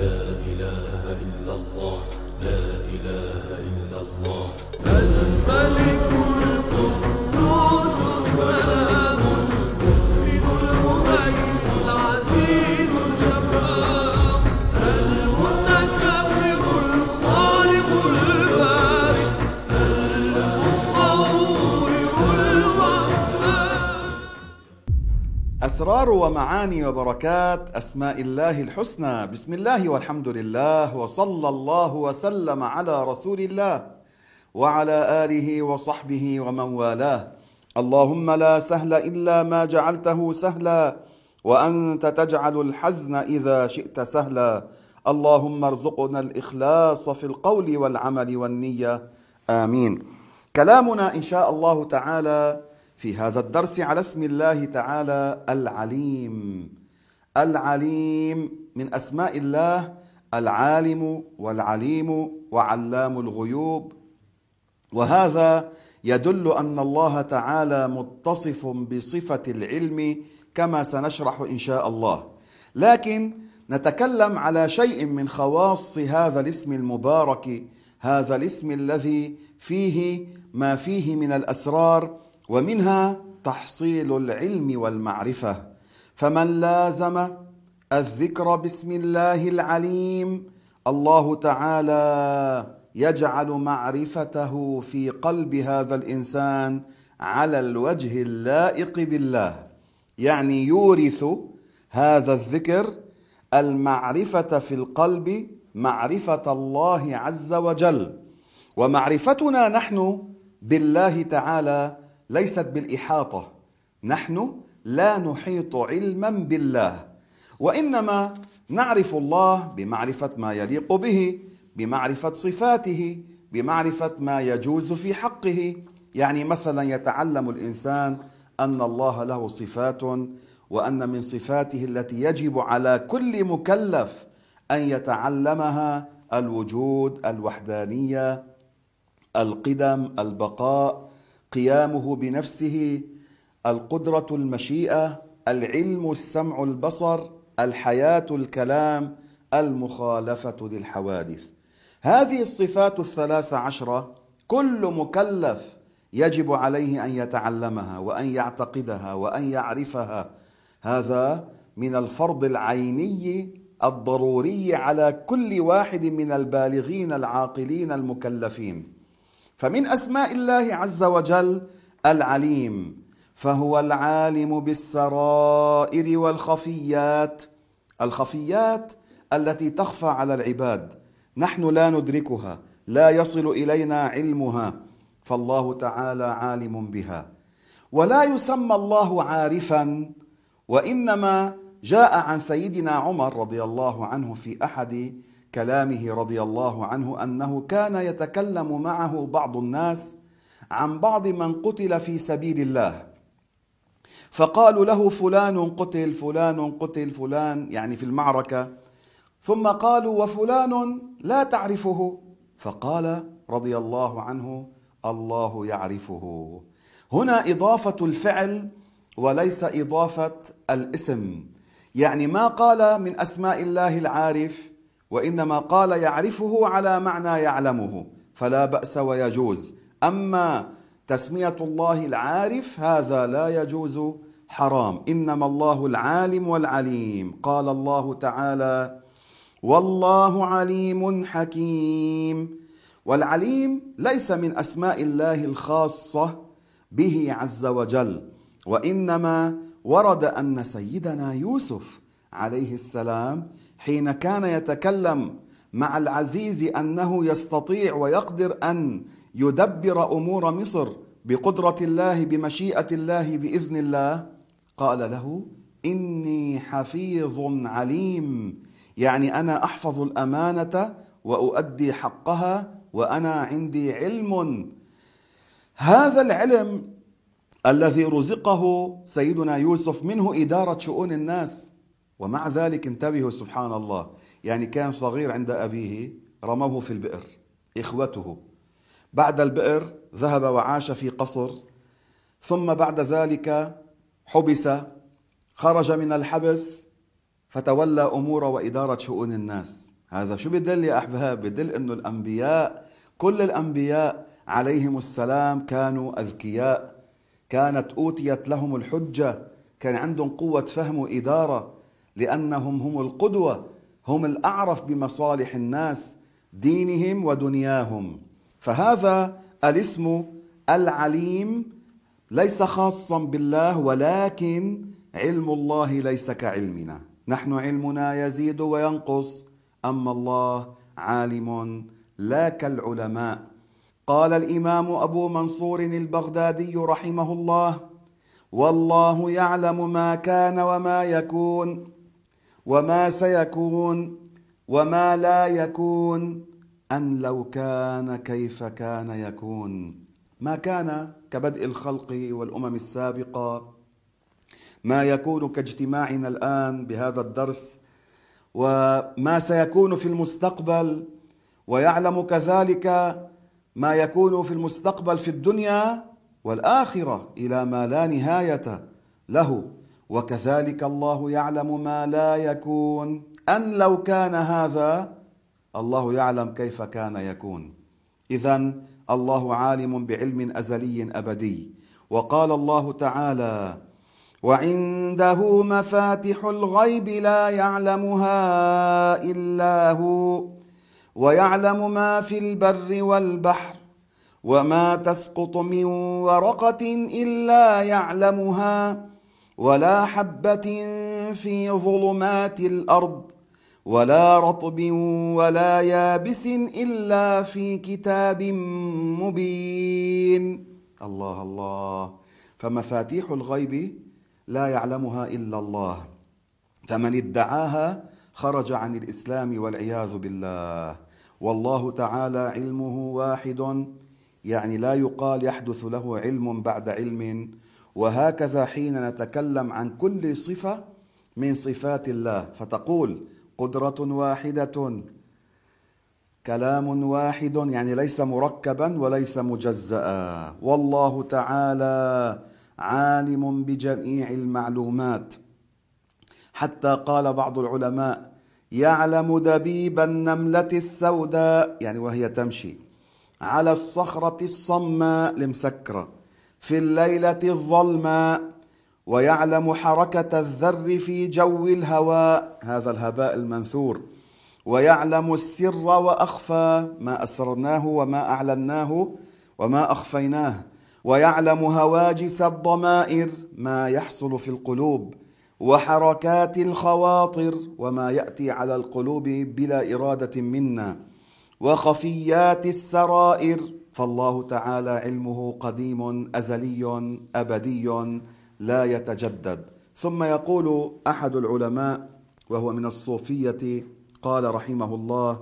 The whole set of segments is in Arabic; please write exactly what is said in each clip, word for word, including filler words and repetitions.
لا إله إلا الله، لا إله إلا الله. الملك القدوس السلام المؤمن المهيمن العزيز الجبار المتكبر الخالق البارئ المصور الوهاب. أسرار ومعاني وبركات أسماء الله الحسنى. بسم الله والحمد لله وصلى الله وسلم على رسول الله وعلى آله وصحبه ومن والاه. اللهم لا سهل إلا ما جعلته سهلا وأنت تجعل الحزن إذا شئت سهلا. اللهم ارزقنا الإخلاص في القول والعمل والنية، آمين. كلامنا إن شاء الله تعالى في هذا الدرس على اسم الله تعالى العليم. العليم من أسماء الله العالم والعليم وعلام الغيوب، وهذا يدل أن الله تعالى متصف بصفة العلم كما سنشرح إن شاء الله. لكن نتكلم على شيء من خواص هذا الاسم المبارك، هذا الاسم الذي فيه ما فيه من الأسرار، ومنها تحصيل العلم والمعرفة. فمن لازم الذكر بسم الله العليم، الله تعالى يجعل معرفته في قلب هذا الإنسان على الوجه اللائق بالله، يعني يورث هذا الذكر المعرفة في القلب، معرفة الله عز وجل. ومعرفتنا نحن بالله تعالى ليست بالإحاطة، نحن لا نحيط علما بالله، وإنما نعرف الله بمعرفة ما يليق به، بمعرفة صفاته، بمعرفة ما يجوز في حقه. يعني مثلا يتعلم الإنسان أن الله له صفات، وأن من صفاته التي يجب على كل مكلف أن يتعلمها الوجود، الوحدانية، القدم، البقاء، قيامه بنفسه، القدرة، المشيئة، العلم، السمع، البصر، الحياة، الكلام، المخالفة للحوادث. هذه الصفات الثلاث عشرة كل مكلف يجب عليه أن يتعلمها وأن يعتقدها وأن يعرفها. هذا من الفرض العيني الضروري على كل واحد من البالغين العاقلين المكلفين. فمن أسماء الله عز وجل العليم، فهو العالم بالسرائر والخفيات. الخفيات التي تخفى على العباد، نحن لا ندركها، لا يصل إلينا علمها، فالله تعالى عالم بها. ولا يسمى الله عارفا، وإنما جاء عن سيدنا عمر رضي الله عنه في أحد كلامه رضي الله عنه أنه كان يتكلم معه بعض الناس عن بعض من قتل في سبيل الله، فقالوا له فلان قتل، فلان قتل، فلان يعني في المعركة، ثم قالوا وفلان لا تعرفه، فقال رضي الله عنه الله يعرفه. هنا إضافة الفعل وليس إضافة الاسم، يعني ما قال من أسماء الله العارف، وإنما قال يعرفه على معنى يعلمه، فلا بأس ويجوز. أما تسمية الله العارف هذا لا يجوز، حرام. إنما الله العالم والعليم. قال الله تعالى والله عليم حكيم. والعليم ليس من أسماء الله الخاصة به عز وجل، وإنما ورد أن سيدنا يوسف عليه السلام حين كان يتكلم مع العزيز أنه يستطيع ويقدر أن يدبر أمور مصر بقدرة الله، بمشيئة الله، بإذن الله، قال له إني حفيظ عليم، يعني أنا أحفظ الأمانة وأؤدي حقها، وأنا عندي علم. هذا العلم الذي رزقه سيدنا يوسف منه إدارة شؤون الناس، ومع ذلك انتبهوا سبحان الله، يعني كان صغير عند أبيه رموه في البئر إخوته، بعد البئر ذهب وعاش في قصر، ثم بعد ذلك حبس، خرج من الحبس فتولى أمور وإدارة شؤون الناس. هذا شو بدل يا أحباب؟ بدل أنه الأنبياء، كل الأنبياء عليهم السلام كانوا أذكياء، كانت أوتيت لهم الحجة، كان عندهم قوة فهم وإدارة، لأنهم هم القدوة، هم الأعرف بمصالح الناس دينهم ودنياهم. فهذا الاسم العليم ليس خاصا بالله، ولكن علم الله ليس كعلمنا، نحن علمنا يزيد وينقص، أما الله عالم لا كالعلماء. قال الإمام أبو منصور البغدادي رحمه الله: والله يعلم ما كان وما يكون وما سيكون وما لا يكون، أن لو كان كيف كان يكون. ما كان كبدء الخلق والأمم السابقة، ما يكون كاجتماعنا الآن بهذا الدرس، وما سيكون في المستقبل، ويعلم كذلك ما يكون في المستقبل في الدنيا والآخرة إلى ما لا نهاية له. وكذلك الله يعلم ما لا يكون، أن لو كان هذا الله يعلم كيف كان يكون. إذن الله عالم بعلم أزلي أبدي. وقال الله تعالى: وعنده مفاتح الغيب لا يعلمها إلا هو ويعلم ما في البر والبحر وما تسقط من ورقة إلا يعلمها ولا حبة في ظلمات الأرض ولا رطب ولا يابس إلا في كتاب مبين. الله الله. فمفاتيح الغيب لا يعلمها إلا الله، فمن ادعاها خرج عن الإسلام والعياذ بالله. والله تعالى علمه واحد، يعني لا يقال يحدث له علم بعد علم. وهكذا حين نتكلم عن كل صفة من صفات الله فتقول قدرة واحدة، كلام واحد، يعني ليس مركبا وليس مجزأ. والله تعالى عالم بجميع المعلومات، حتى قال بعض العلماء: يعلم دبيب النملة السوداء، يعني وهي تمشي على الصخرة الصماء المسكرة في الليلة الظلماء، ويعلم حركة الذر في جو الهواء، هذا الهباء المنثور، ويعلم السر وأخفى، ما أسررناه وما أعلناه وما أخفيناه، ويعلم هواجس الضمائر، ما يحصل في القلوب، وحركات الخواطر، وما يأتي على القلوب بلا إرادة منا، وخفيات السرائر. فالله تعالى علمه قديم أزلي أبدي لا يتجدد. ثم يقول أحد العلماء وهو من الصوفية، قال رحمه الله: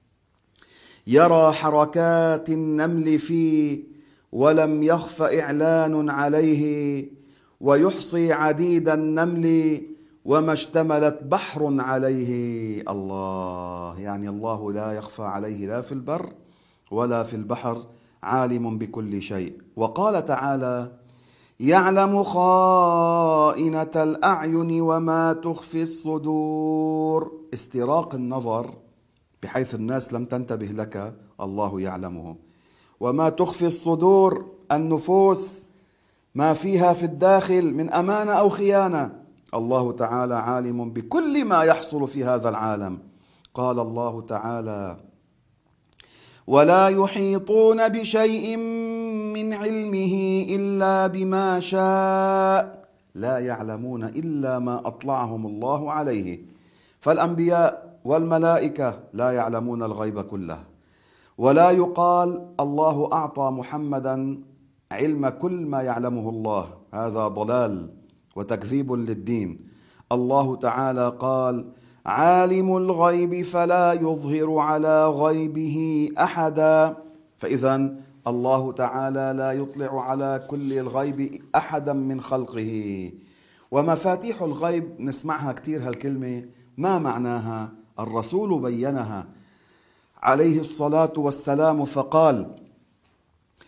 يرى حركات النمل فيه ولم يخف إعلان عليه، ويحصي عديد النمل وما اشتملت بحر عليه. الله، يعني الله لا يخفى عليه لا في البر ولا في البحر، عالم بكل شيء. وقال تعالى: يعلم خائنة الأعين وما تخفي الصدور. استراق النظر بحيث الناس لم تنتبه لك الله يعلمه. وما تخفي الصدور، النفوس، ما فيها في الداخل من أمانة أو خيانة، الله تعالى عالم بكل ما يحصل في هذا العالم. قال الله تعالى: ولا يحيطون بشيء من علمه إلا بما شاء، لا يعلمون إلا ما أطلعهم الله عليه. فالأنبياء والملائكة لا يعلمون الغيب كله. ولا يقال الله أعطى محمدا علم كل ما يعلمه الله، هذا ضلال وتكذيب للدين. الله تعالى قال: عالم الغيب فلا يظهر على غيبه أحدا. فإذا الله تعالى لا يطلع على كل الغيب أحدا من خلقه. ومفاتيح الغيب نسمعها كثير هالكلمة، ما معناها؟ الرسول بينها عليه الصلاة والسلام فقال: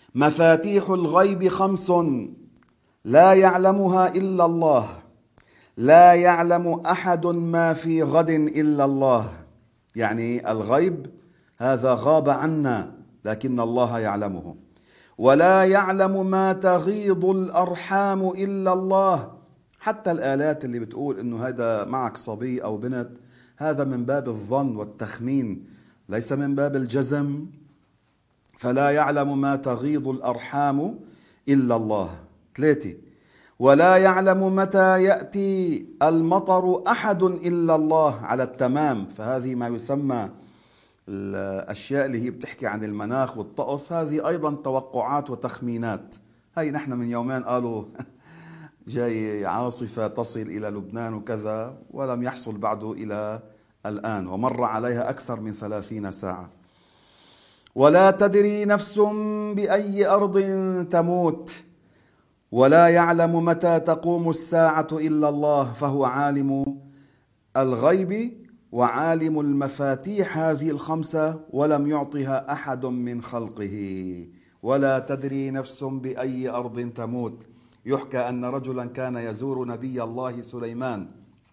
مفاتيح الغيب خمس لا يعلمها إلا الله، لا يعلم أحد ما في غد إلا الله، يعني الغيب هذا غاب عنا لكن الله يعلمه. ولا يعلم ما تغيض الأرحام إلا الله. حتى الآلات اللي بتقول إنه هذا معك صبي أو بنت، هذا من باب الظن والتخمين ليس من باب الجزم. فلا يعلم ما تغيض الأرحام إلا الله. ثلاثة، ولا يعلم متى يأتي المطر أحد إلا الله على التمام. فهذه ما يسمى الأشياء اللي هي بتحكي عن المناخ والطقس، هذه أيضا توقعات وتخمينات. هاي نحن من يومين قالوا جاي عاصفة تصل إلى لبنان وكذا، ولم يحصل بعده إلى الآن، ومر عليها أكثر من ثلاثين ساعة. ولا تدري نفس بأي أرض تموت. ولا يعلم متى تقوم الساعة إلا الله، فهو عالم الغيب وعالم المفاتيح هذه الخمسة، ولم يعطها أحد من خلقه. ولا تدري نفس بأي أرض تموت. يحكى أن رجلا كان يزور نبي الله سليمان،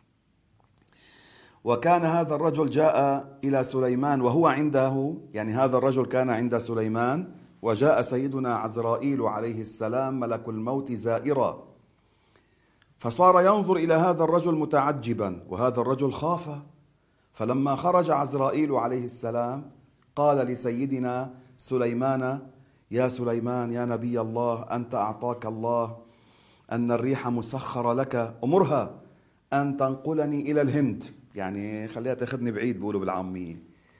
وكان هذا الرجل جاء إلى سليمان وهو عنده، يعني هذا الرجل كان عند سليمان، وجاء سيدنا عزرائيل عليه السلام ملك الموت زائرا، فصار ينظر إلى هذا الرجل متعجبا، وهذا الرجل خاف. فلما خرج عزرائيل عليه السلام قال لسيدنا سليمان: يا سليمان يا نبي الله، أنت أعطاك الله أن الريح مسخرة لك، أمرها أن تنقلني إلى الهند، يعني خليها تاخذني بعيد بيقولوا بالعامية.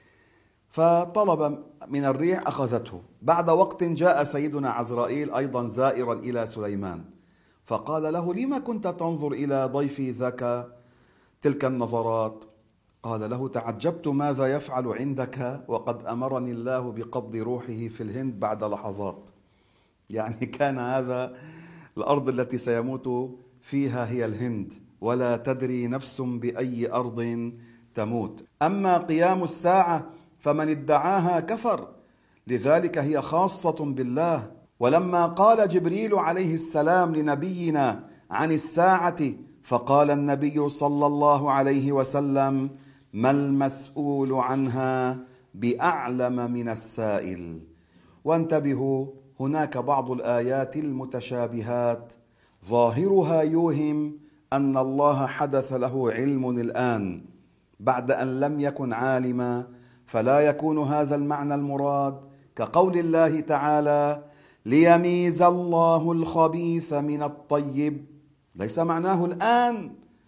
فطلب من الريح أخذته. بعد وقت جاء سيدنا عزرائيل أيضا زائرا إلى سليمان، فقال له: لما كنت تنظر إلى ضيفي ذاك تلك النظرات؟ قال له: تعجبت ماذا يفعل عندك وقد أمرني الله بقبض روحه في الهند بعد لحظات. يعني كان هذا الأرض التي سيموت فيها هي الهند. ولا تدري نفس بأي أرض تموت. أما قيام الساعة فمن ادعاها كفر، لذلك هي خاصة بالله. ولما قال جبريل عليه السلام لنبينا عن الساعة، فقال النبي صلى الله عليه وسلم: ما المسؤول عنها بأعلم من السائل. وانتبهوا، هناك بعض الآيات المتشابهات ظاهرها يوهم أن الله حدث له علم الآن بعد أن لم يكن عالما، فلا يكون هذا المعنى المراد، كقول الله تعالى: ليميز الله الخبيث من الطيب. ليس معناه الآن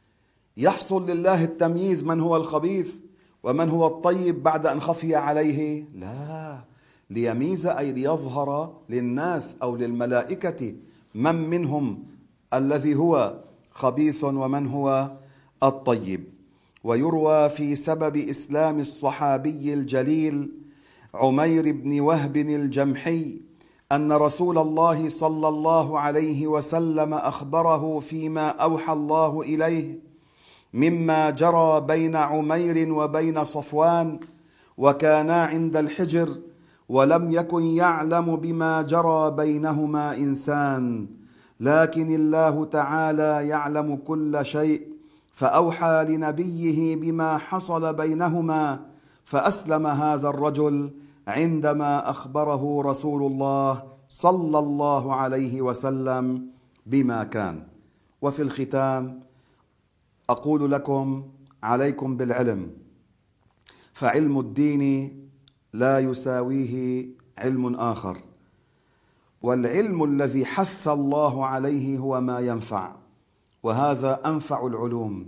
يحصل لله التمييز من هو الخبيث ومن هو الطيب بعد أن خفي عليه، لا، ليميز أي ليظهر للناس أو للملائكة من منهم الذي هو خبيث ومن هو الطيب. ويروى في سبب إسلام الصحابي الجليل عمير بن وهب الجمحي أن رسول الله صلى الله عليه وسلم أخبره فيما أوحى الله إليه مما جرى بين عمير وبين صفوان، وكانا عند الحجر، ولم يكن يعلم بما جرى بينهما إنسان، لكن الله تعالى يعلم كل شيء، فأوحى لنبيه بما حصل بينهما، فأسلم هذا الرجل عندما أخبره رسول الله صلى الله عليه وسلم بما كان. وفي الختام أقول لكم: عليكم بالعلم، فعلم الدين لا يساويه علم آخر، والعلم الذي حث الله عليه هو ما ينفع، وهذا أنفع العلوم.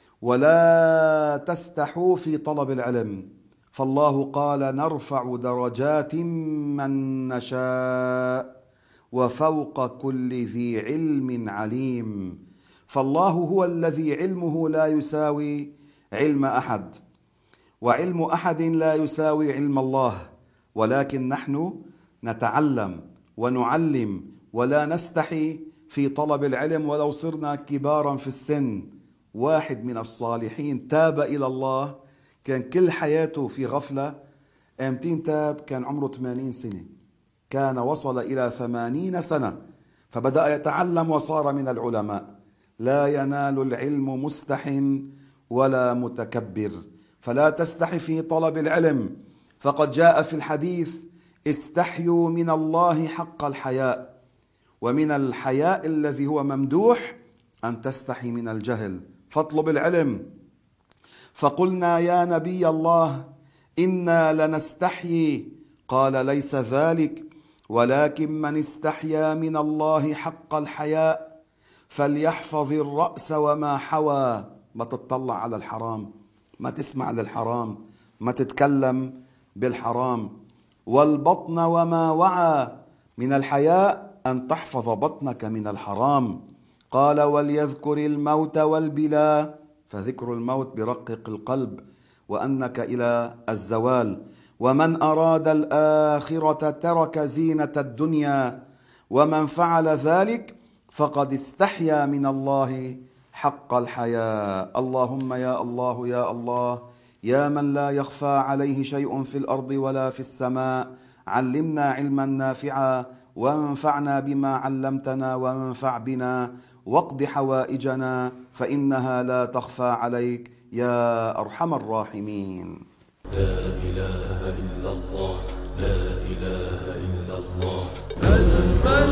ولا تستحوا في طلب العلم، فالله قال: نرفع درجات من نشاء وفوق كل ذي علم عليم. فالله هو الذي علمه لا يساوي علم أحد، وعلم أحد لا يساوي علم الله، ولكن نحن نتعلم ونعلم ولا نستحي في طلب العلم ولو صرنا كبارا في السن. واحد من الصالحين تاب إلى الله، كان كل حياته في غفلة، أمتين تاب كان عمره ثمانين سنة، كان وصل إلى ثمانين سنة فبدأ يتعلم وصار من العلماء. لا ينال العلم مستح ولا متكبر، فلا تستح في طلب العلم، فقد جاء في الحديث: استحيوا من الله حق الحياء. ومن الحياء الذي هو ممدوح أن تستحي من الجهل، فاطلب العلم. فقلنا: يا نبي الله، إنا لنستحيي. قال: ليس ذلك، ولكن من استحيا من الله حق الحياء فليحفظ الرأس وما حوى. ما تطلع على الحرام، ما تسمع للحرام، ما تتكلم بالحرام. والبطن وما وعى. من الحياء أن تحفظ بطنك من الحرام. قال: وليذكر الموت والبلا، فذكر الموت برقق القلب وأنك إلى الزوال. ومن أراد الآخرة ترك زينة الدنيا، ومن فعل ذلك فقد استحيا من الله حق الحياء. اللهم يا الله يا الله، يا من لا يخفى عليه شيء في الأرض ولا في السماء، علمنا علما نافعا، وانفعنا بما علمتنا، وانفع بنا، واقض حوائجنا، فإنها لا تخفى عليك يا أرحم الراحمين. لا إله إلا الله، لا إله إلا الله. الملك